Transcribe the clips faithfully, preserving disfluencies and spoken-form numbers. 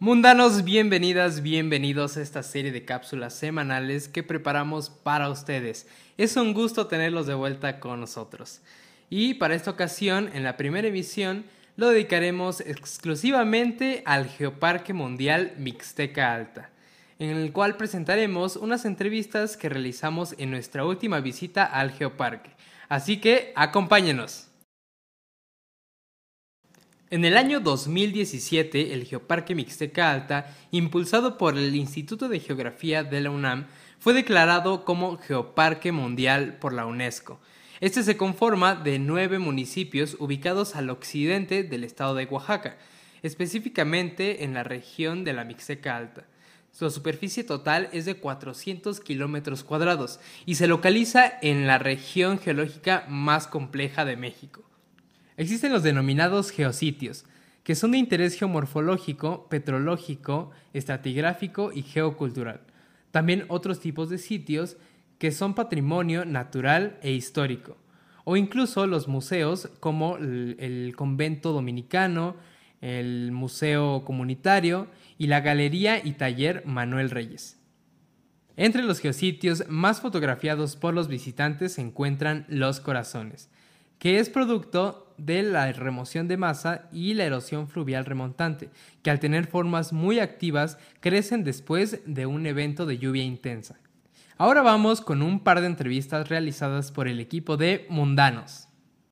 Mundanos, bienvenidas, bienvenidos a esta serie de cápsulas semanales que preparamos para ustedes. Es un gusto tenerlos de vuelta con nosotros. Y para esta ocasión, en la primera emisión, lo dedicaremos exclusivamente al Geoparque Mundial Mixteca Alta, en el cual presentaremos unas entrevistas que realizamos en nuestra última visita al Geoparque. Así que, acompáñenos. En el año dos mil diecisiete, el Geoparque Mixteca Alta, impulsado por el Instituto de Geografía de la UNAM, fue declarado como Geoparque Mundial por la UNESCO. Este se conforma de nueve municipios ubicados al occidente del estado de Oaxaca, específicamente en la región de la Mixteca Alta. Su superficie total es de cuatrocientos kilómetros cuadrados y se localiza en la región geológica más compleja de México. Existen los denominados geositios, que son de interés geomorfológico, petrológico, estratigráfico y geocultural. También otros tipos de sitios que son patrimonio natural e histórico, o incluso los museos como el, el Convento Dominicano, el Museo Comunitario y la Galería y Taller Manuel Reyes. Entre los geositios más fotografiados por los visitantes se encuentran Los Corazones, que es producto de la remoción de masa y la erosión fluvial remontante, que al tener formas muy activas crecen después de un evento de lluvia intensa. Ahora vamos con un par de entrevistas realizadas por el equipo de Mundanos.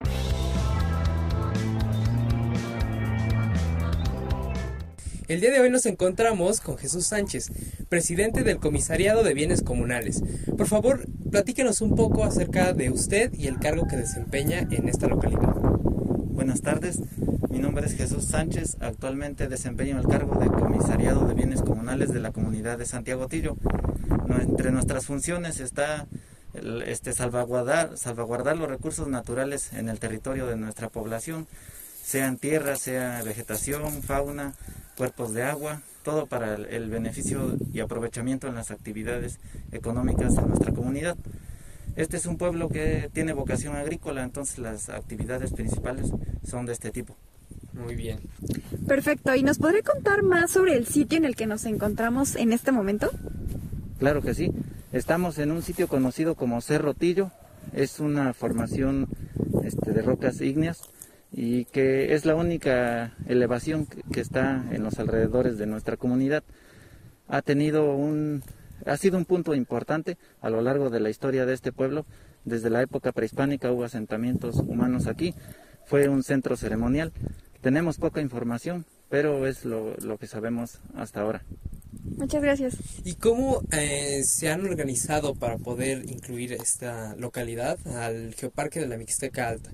El día de hoy nos encontramos con Jesús Sánchez, presidente del Comisariado de Bienes Comunales. Por favor, platíquenos un poco acerca de usted y el cargo que desempeña en esta localidad. Buenas tardes, mi nombre es Jesús Sánchez, actualmente desempeño el cargo de Comisariado de Bienes Comunales de la comunidad de Santiago Tillo. No, entre nuestras funciones está el, este, salvaguardar, salvaguardar los recursos naturales en el territorio de nuestra población, sean tierra, sea vegetación, fauna, cuerpos de agua, todo para el, el beneficio y aprovechamiento en las actividades económicas de nuestra comunidad. Este es un pueblo que tiene vocación agrícola, entonces las actividades principales son de este tipo. Muy bien. Perfecto, ¿y nos podría contar más sobre el sitio en el que nos encontramos en este momento? Claro que sí, estamos en un sitio conocido como Cerro Tillo, es una formación este, de rocas ígneas y que es la única elevación que, que está en los alrededores de nuestra comunidad. Ha tenido un... Ha sido un punto importante a lo largo de la historia de este pueblo. Desde la época prehispánica hubo asentamientos humanos aquí. Fue un centro ceremonial. Tenemos poca información, pero es lo, lo que sabemos hasta ahora. Muchas gracias. ¿Y cómo eh, se han organizado para poder incluir esta localidad al Geoparque de la Mixteca Alta?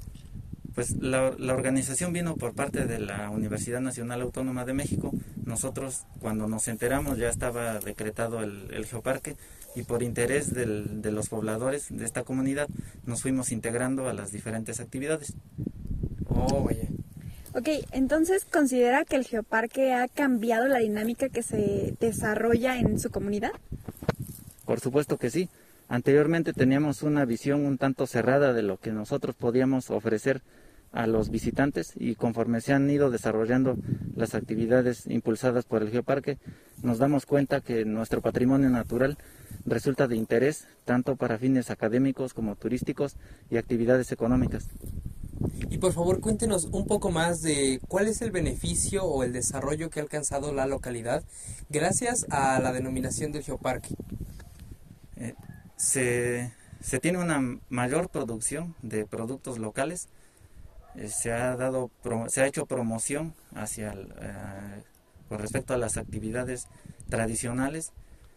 Pues la, la organización vino por parte de la Universidad Nacional Autónoma de México. Nosotros, cuando nos enteramos, ya estaba decretado el, el geoparque y por interés del, de los pobladores de esta comunidad nos fuimos integrando a las diferentes actividades. Oh, vaya. Ok, entonces, ¿considera que el geoparque ha cambiado la dinámica que se desarrolla en su comunidad? Por supuesto que sí. Anteriormente teníamos una visión un tanto cerrada de lo que nosotros podíamos ofrecer a los visitantes y conforme se han ido desarrollando las actividades impulsadas por el geoparque, nos damos cuenta que nuestro patrimonio natural resulta de interés tanto para fines académicos como turísticos y actividades económicas. Y por favor cuéntenos un poco más de cuál es el beneficio o el desarrollo que ha alcanzado la localidad gracias a la denominación del geoparque. Eh, se, se tiene una mayor producción de productos locales. Se ha dado, se ha hecho promoción hacia el, eh, con respecto a las actividades tradicionales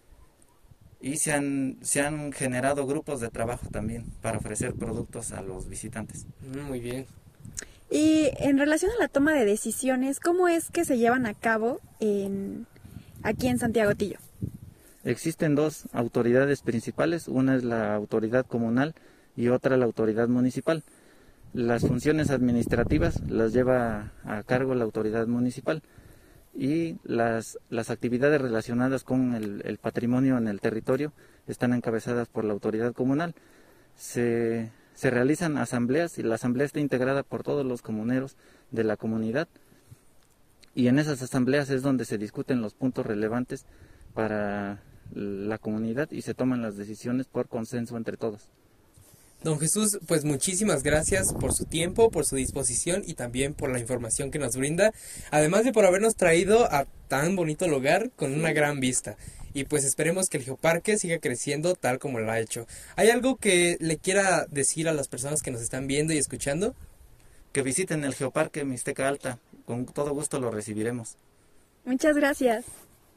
y se han, se han generado grupos de trabajo también para ofrecer productos a los visitantes. Muy bien. Y en relación a la toma de decisiones, ¿cómo es que se llevan a cabo en, aquí en Santiago Tillo? Existen dos autoridades principales, una es la autoridad comunal y otra la autoridad municipal. Las funciones administrativas las lleva a cargo la autoridad municipal y las, las actividades relacionadas con el, el patrimonio en el territorio están encabezadas por la autoridad comunal. Se, se realizan asambleas y la asamblea está integrada por todos los comuneros de la comunidad y en esas asambleas es donde se discuten los puntos relevantes para la comunidad y se toman las decisiones por consenso entre todos. Don Jesús, pues muchísimas gracias por su tiempo, por su disposición y también por la información que nos brinda, además de por habernos traído a tan bonito lugar con una gran vista. Y pues esperemos que el Geoparque siga creciendo tal como lo ha hecho. ¿Hay algo que le quiera decir a las personas que nos están viendo y escuchando? Que visiten el Geoparque Mixteca Alta, con todo gusto lo recibiremos. Muchas gracias.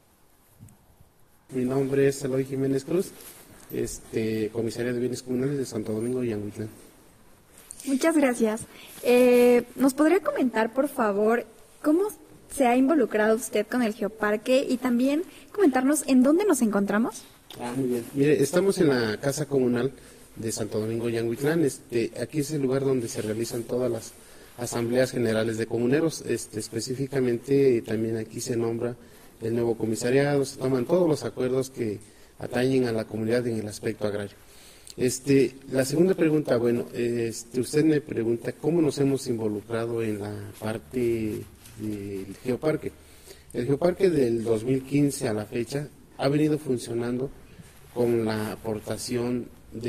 Mi nombre es Eloy Jiménez Cruz, este, comisario de Bienes Comunales de Santo Domingo y Yanguitlán. Muchas gracias. Eh, ¿Nos podría comentar, por favor, cómo se ha involucrado usted con el Geoparque y también comentarnos en dónde nos encontramos? Ah, muy bien. Mire, estamos en la Casa Comunal de Santo Domingo Yanguitlán. Este, aquí es el lugar donde se realizan todas las asambleas generales de comuneros. Este, específicamente también aquí se nombra el nuevo comisariado, se toman todos los acuerdos que atañen a la comunidad en el aspecto agrario. Este, la segunda pregunta, bueno, este, usted me pregunta cómo nos hemos involucrado en la parte del Geoparque. El Geoparque del dos mil quince a la fecha ha venido funcionando con la aportación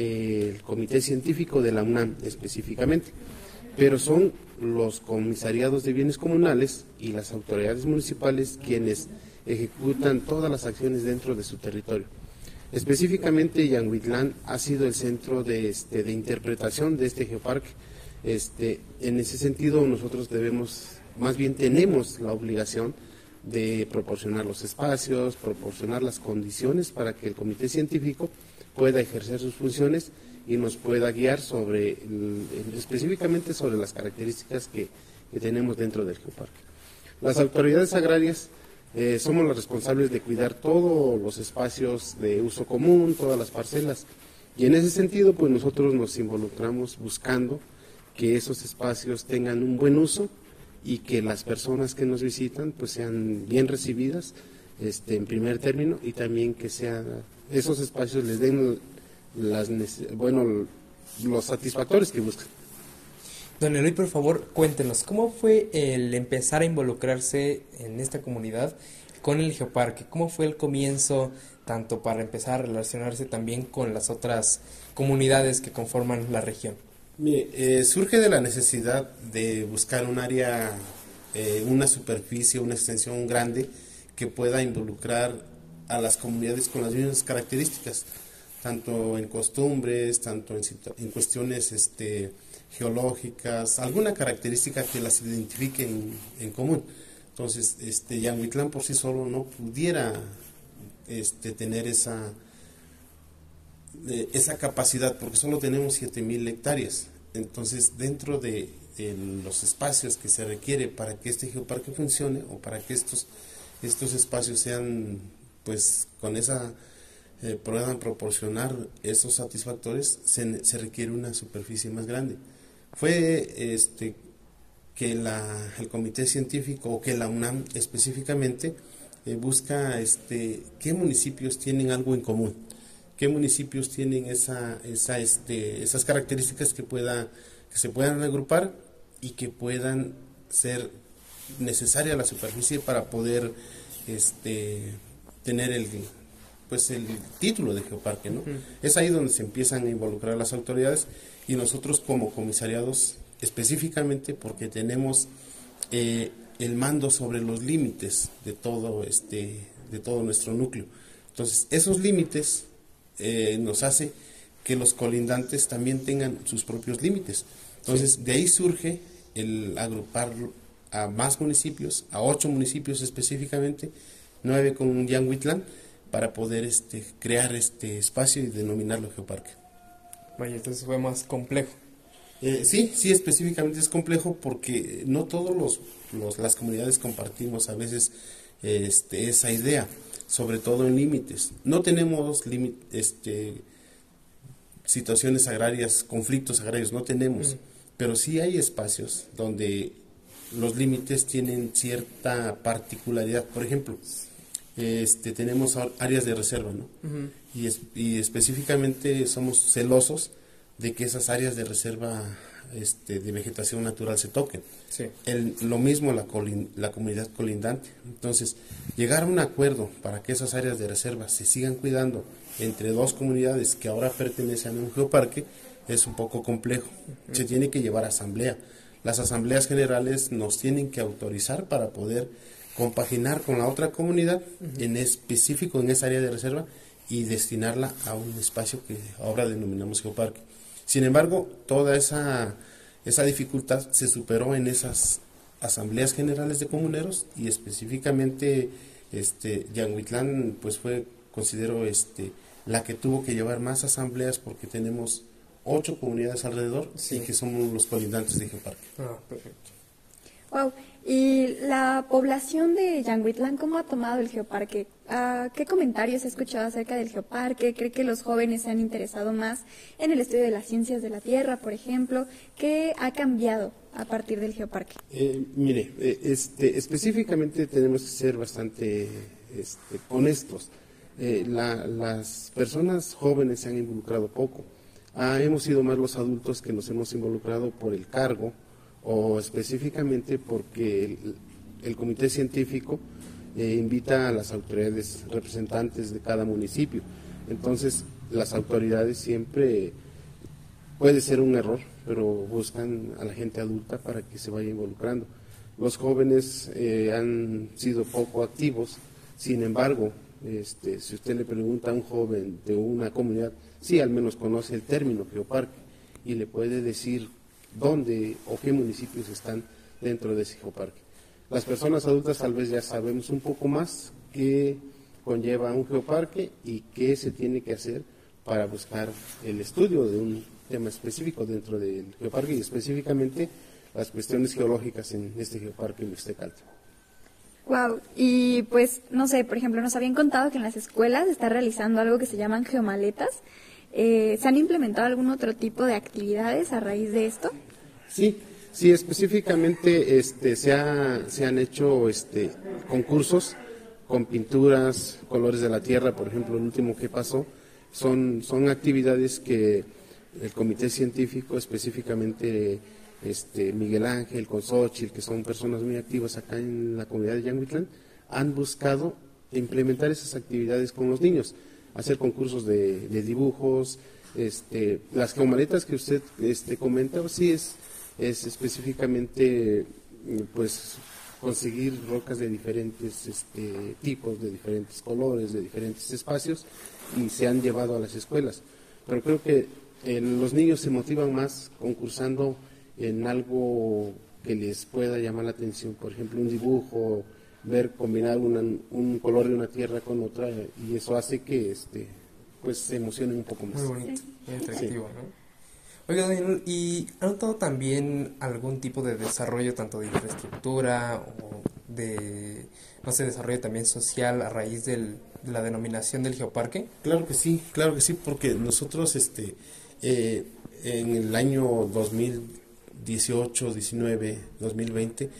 del Comité Científico de la UNAM específicamente, pero son los comisariados de bienes comunales y las autoridades municipales quienes ejecutan todas las acciones dentro de su territorio. Específicamente Yanguitlán ha sido el centro de, este, de interpretación de este Geoparque. Este, en ese sentido nosotros debemos, más bien tenemos la obligación de proporcionar los espacios, proporcionar las condiciones para que el comité científico pueda ejercer sus funciones y nos pueda guiar sobre, el, específicamente sobre las características que, que tenemos dentro del Geoparque. Las autoridades agrarias Eh, somos los responsables de cuidar todos los espacios de uso común, todas las parcelas, y en ese sentido pues nosotros nos involucramos buscando que esos espacios tengan un buen uso y que las personas que nos visitan pues sean bien recibidas este, en primer término, y también que sean, esos espacios les den las, bueno, los satisfactores que buscan. Don Eloy, por favor, cuéntenos, ¿cómo fue el empezar a involucrarse en esta comunidad con el Geoparque? ¿Cómo fue el comienzo, tanto para empezar a relacionarse también con las otras comunidades que conforman la región? Mire, eh, surge de la necesidad de buscar un área, eh, una superficie, una extensión grande que pueda involucrar a las comunidades con las mismas características, tanto en costumbres, tanto en, en cuestiones este, geológicas, alguna característica que las identifique en, en común. Entonces, este, Yanguitlán por sí solo no pudiera este, tener esa, eh, esa capacidad, porque solo tenemos siete mil hectáreas. Entonces, dentro de, de los espacios que se requiere para que este geoparque funcione, o para que estos, estos espacios sean, pues, con esa... Eh, puedan proporcionar esos satisfactores, se, se requiere una superficie más grande. Fue este que la, el comité científico, o que la UNAM específicamente, eh, busca este qué municipios tienen algo en común, qué municipios tienen esa, esa, este, esas características que, pueda, que se puedan agrupar y que puedan ser necesaria la superficie para poder este, tener el... pues el título de Geoparque, ¿no? Uh-huh. Es ahí donde se empiezan a involucrar las autoridades, y nosotros como comisariados específicamente porque tenemos eh, el mando sobre los límites de todo este de todo nuestro núcleo. Entonces esos límites eh, nos hace que los colindantes también tengan sus propios límites. Entonces sí. De ahí surge el agrupar a más municipios, a ocho municipios específicamente, nueve con Yanguitlán, para poder este crear este espacio y denominarlo Geoparque. Vaya, entonces fue más complejo. Eh, sí, sí, específicamente es complejo porque no todos los, los las comunidades compartimos a veces este, esa idea, sobre todo en límites. No tenemos límit, este, situaciones agrarias, conflictos agrarios, no tenemos, uh-huh. Pero sí hay espacios donde los límites tienen cierta particularidad. Por ejemplo, Este, tenemos áreas de reserva, ¿no? Uh-huh. y, es, y específicamente somos celosos de que esas áreas de reserva este, de vegetación natural se toquen. Sí. El, lo mismo la, colin, la comunidad colindante. Entonces, llegar a un acuerdo para que esas áreas de reserva se sigan cuidando entre dos comunidades que ahora pertenecen a un geoparque es un poco complejo. Uh-huh. Se tiene que llevar a asamblea. Las asambleas generales nos tienen que autorizar para poder compaginar con la otra comunidad, uh-huh, en específico en esa área de reserva, y destinarla a un espacio que ahora denominamos geoparque. Sin embargo, toda esa, esa dificultad se superó en esas asambleas generales de comuneros, y específicamente este, Yanguitlán pues fue, considero, este, la que tuvo que llevar más asambleas, porque tenemos ocho comunidades alrededor, sí, y que somos los colindantes de geoparque. Ah, perfecto. Wow. ¿Y la población de Yanguitlán cómo ha tomado el geoparque? Uh, ¿Qué comentarios ha escuchado acerca del geoparque? ¿Cree que los jóvenes se han interesado más en el estudio de las ciencias de la Tierra, por ejemplo? ¿Qué ha cambiado a partir del geoparque? Eh, mire, eh, este, específicamente tenemos que ser bastante este, honestos. Eh, la, las personas jóvenes se han involucrado poco. Ah, hemos sido más los adultos que nos hemos involucrado por el cargo, o específicamente porque el, el comité científico eh, invita a las autoridades representantes de cada municipio. Entonces, las autoridades siempre, puede ser un error, pero buscan a la gente adulta para que se vaya involucrando. Los jóvenes eh, han sido poco activos. Sin embargo, este, si usted le pregunta a un joven de una comunidad, sí, al menos conoce el término geoparque y le puede decir dónde o qué municipios están dentro de ese geoparque. Las personas adultas tal vez ya sabemos un poco más qué conlleva un geoparque y qué se tiene que hacer para buscar el estudio de un tema específico dentro del geoparque, y específicamente las cuestiones geológicas en este geoparque Mixteca Alta. Wow, y pues, no sé, por ejemplo, nos habían contado que en las escuelas se está realizando algo que se llaman geomaletas. Eh, ¿Se han implementado algún otro tipo de actividades a raíz de esto? Sí, sí, específicamente este, se, ha, se han hecho este, concursos con pinturas, colores de la tierra, por ejemplo, el último que pasó, son, son actividades que el comité científico, específicamente este, Miguel Ángel, Consochil, que son personas muy activas acá en la comunidad de Yanguitlán, han buscado implementar esas actividades con los niños, hacer concursos de, de dibujos, este, las geomaletas que usted este, comenta, sí es, es específicamente pues conseguir rocas de diferentes este, tipos, de diferentes colores, de diferentes espacios, y se han llevado a las escuelas. Pero creo que eh, los niños se motivan más concursando en algo que les pueda llamar la atención, por ejemplo un dibujo, ver combinar una, un color de una tierra con otra, y eso hace que este pues se emocionen un poco más. Muy bonito, sí, muy atractivo, sí, ¿no? Oiga, Daniel, ¿y ha notado también algún tipo de desarrollo tanto de infraestructura o de, no sé, desarrollo también social a raíz del, de la denominación del geoparque? Claro que sí, claro que sí, porque nosotros este eh, en el año dos mil dieciocho, diecinueve, dos mil veinte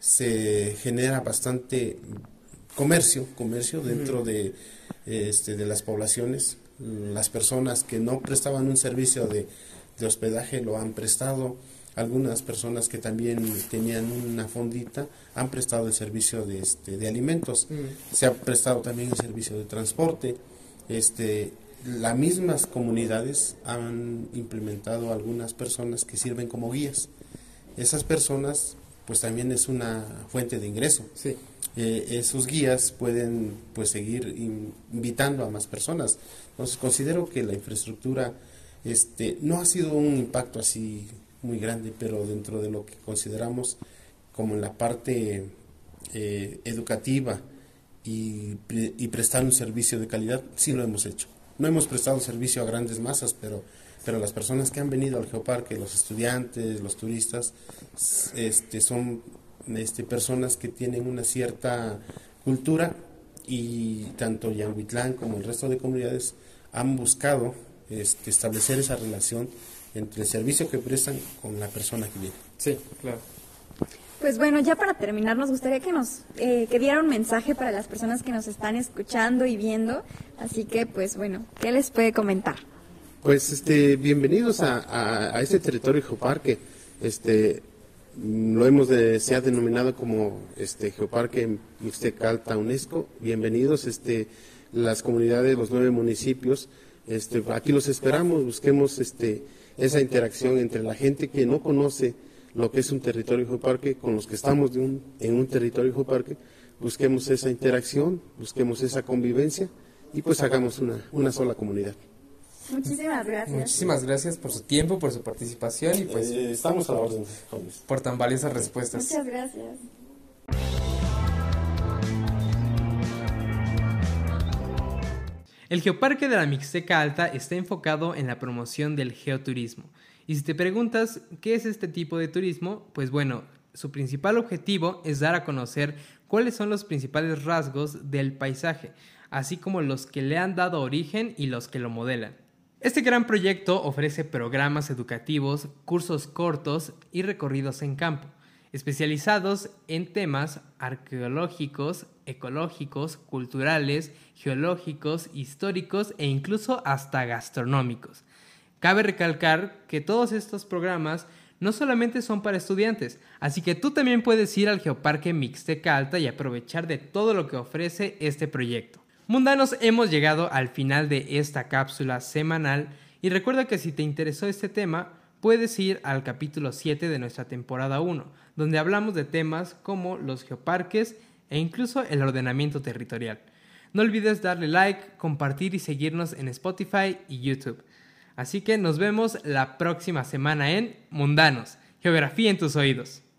se genera bastante comercio, comercio dentro de, este, de las poblaciones. Las personas que no prestaban un servicio de, de hospedaje lo han prestado. Algunas personas que también tenían una fondita han prestado el servicio de, este, de alimentos. Mm. Se ha prestado también el servicio de transporte. Este, las mismas comunidades han implementado algunas personas que sirven como guías. Esas personas pues también es una fuente de ingreso. Sí. Eh, esos guías pueden pues seguir in, invitando a más personas. Entonces considero que la infraestructura este no ha sido un impacto así muy grande, pero dentro de lo que consideramos como en la parte eh, educativa y, y prestar un servicio de calidad, sí lo hemos hecho. No hemos prestado servicio a grandes masas, pero pero las personas que han venido al geoparque, los estudiantes, los turistas, este, son este, personas que tienen una cierta cultura, y tanto Yanguitlán como el resto de comunidades han buscado este, establecer esa relación entre el servicio que prestan con la persona que viene. Sí, claro. Pues bueno, ya para terminar, nos gustaría que nos eh, que diera un mensaje para las personas que nos están escuchando y viendo, así que pues bueno, ¿qué les puede comentar? Pues este, bienvenidos a, a, a este territorio geoparque. Este, lo hemos de, se ha denominado como este Geoparque Mixteca Alta UNESCO. Bienvenidos, este, las comunidades, los nueve municipios. Este, aquí los esperamos, busquemos este, esa interacción entre la gente que no conoce lo que es un territorio geoparque con los que estamos de un, en un territorio geoparque. Busquemos esa interacción, busquemos esa convivencia y pues hagamos una, una sola comunidad. Muchísimas gracias. Muchísimas gracias por su tiempo, por su participación y pues eh, estamos a la orden, jóvenes, por tan valiosas respuestas. Muchas gracias. El Geoparque de la Mixteca Alta está enfocado en la promoción del geoturismo. Y si te preguntas qué es este tipo de turismo, pues bueno, su principal objetivo es dar a conocer cuáles son los principales rasgos del paisaje, así como los que le han dado origen y los que lo modelan. Este gran proyecto ofrece programas educativos, cursos cortos y recorridos en campo, especializados en temas arqueológicos, ecológicos, culturales, geológicos, históricos e incluso hasta gastronómicos. Cabe recalcar que todos estos programas no solamente son para estudiantes, así que tú también puedes ir al Geoparque Mixteca Alta y aprovechar de todo lo que ofrece este proyecto. Mundanos, hemos llegado al final de esta cápsula semanal y recuerda que si te interesó este tema, puedes ir al capítulo siete de nuestra temporada uno, donde hablamos de temas como los geoparques e incluso el ordenamiento territorial. No olvides darle like, compartir y seguirnos en Spotify y YouTube. Así que nos vemos la próxima semana en Mundanos, Geografía en tus oídos.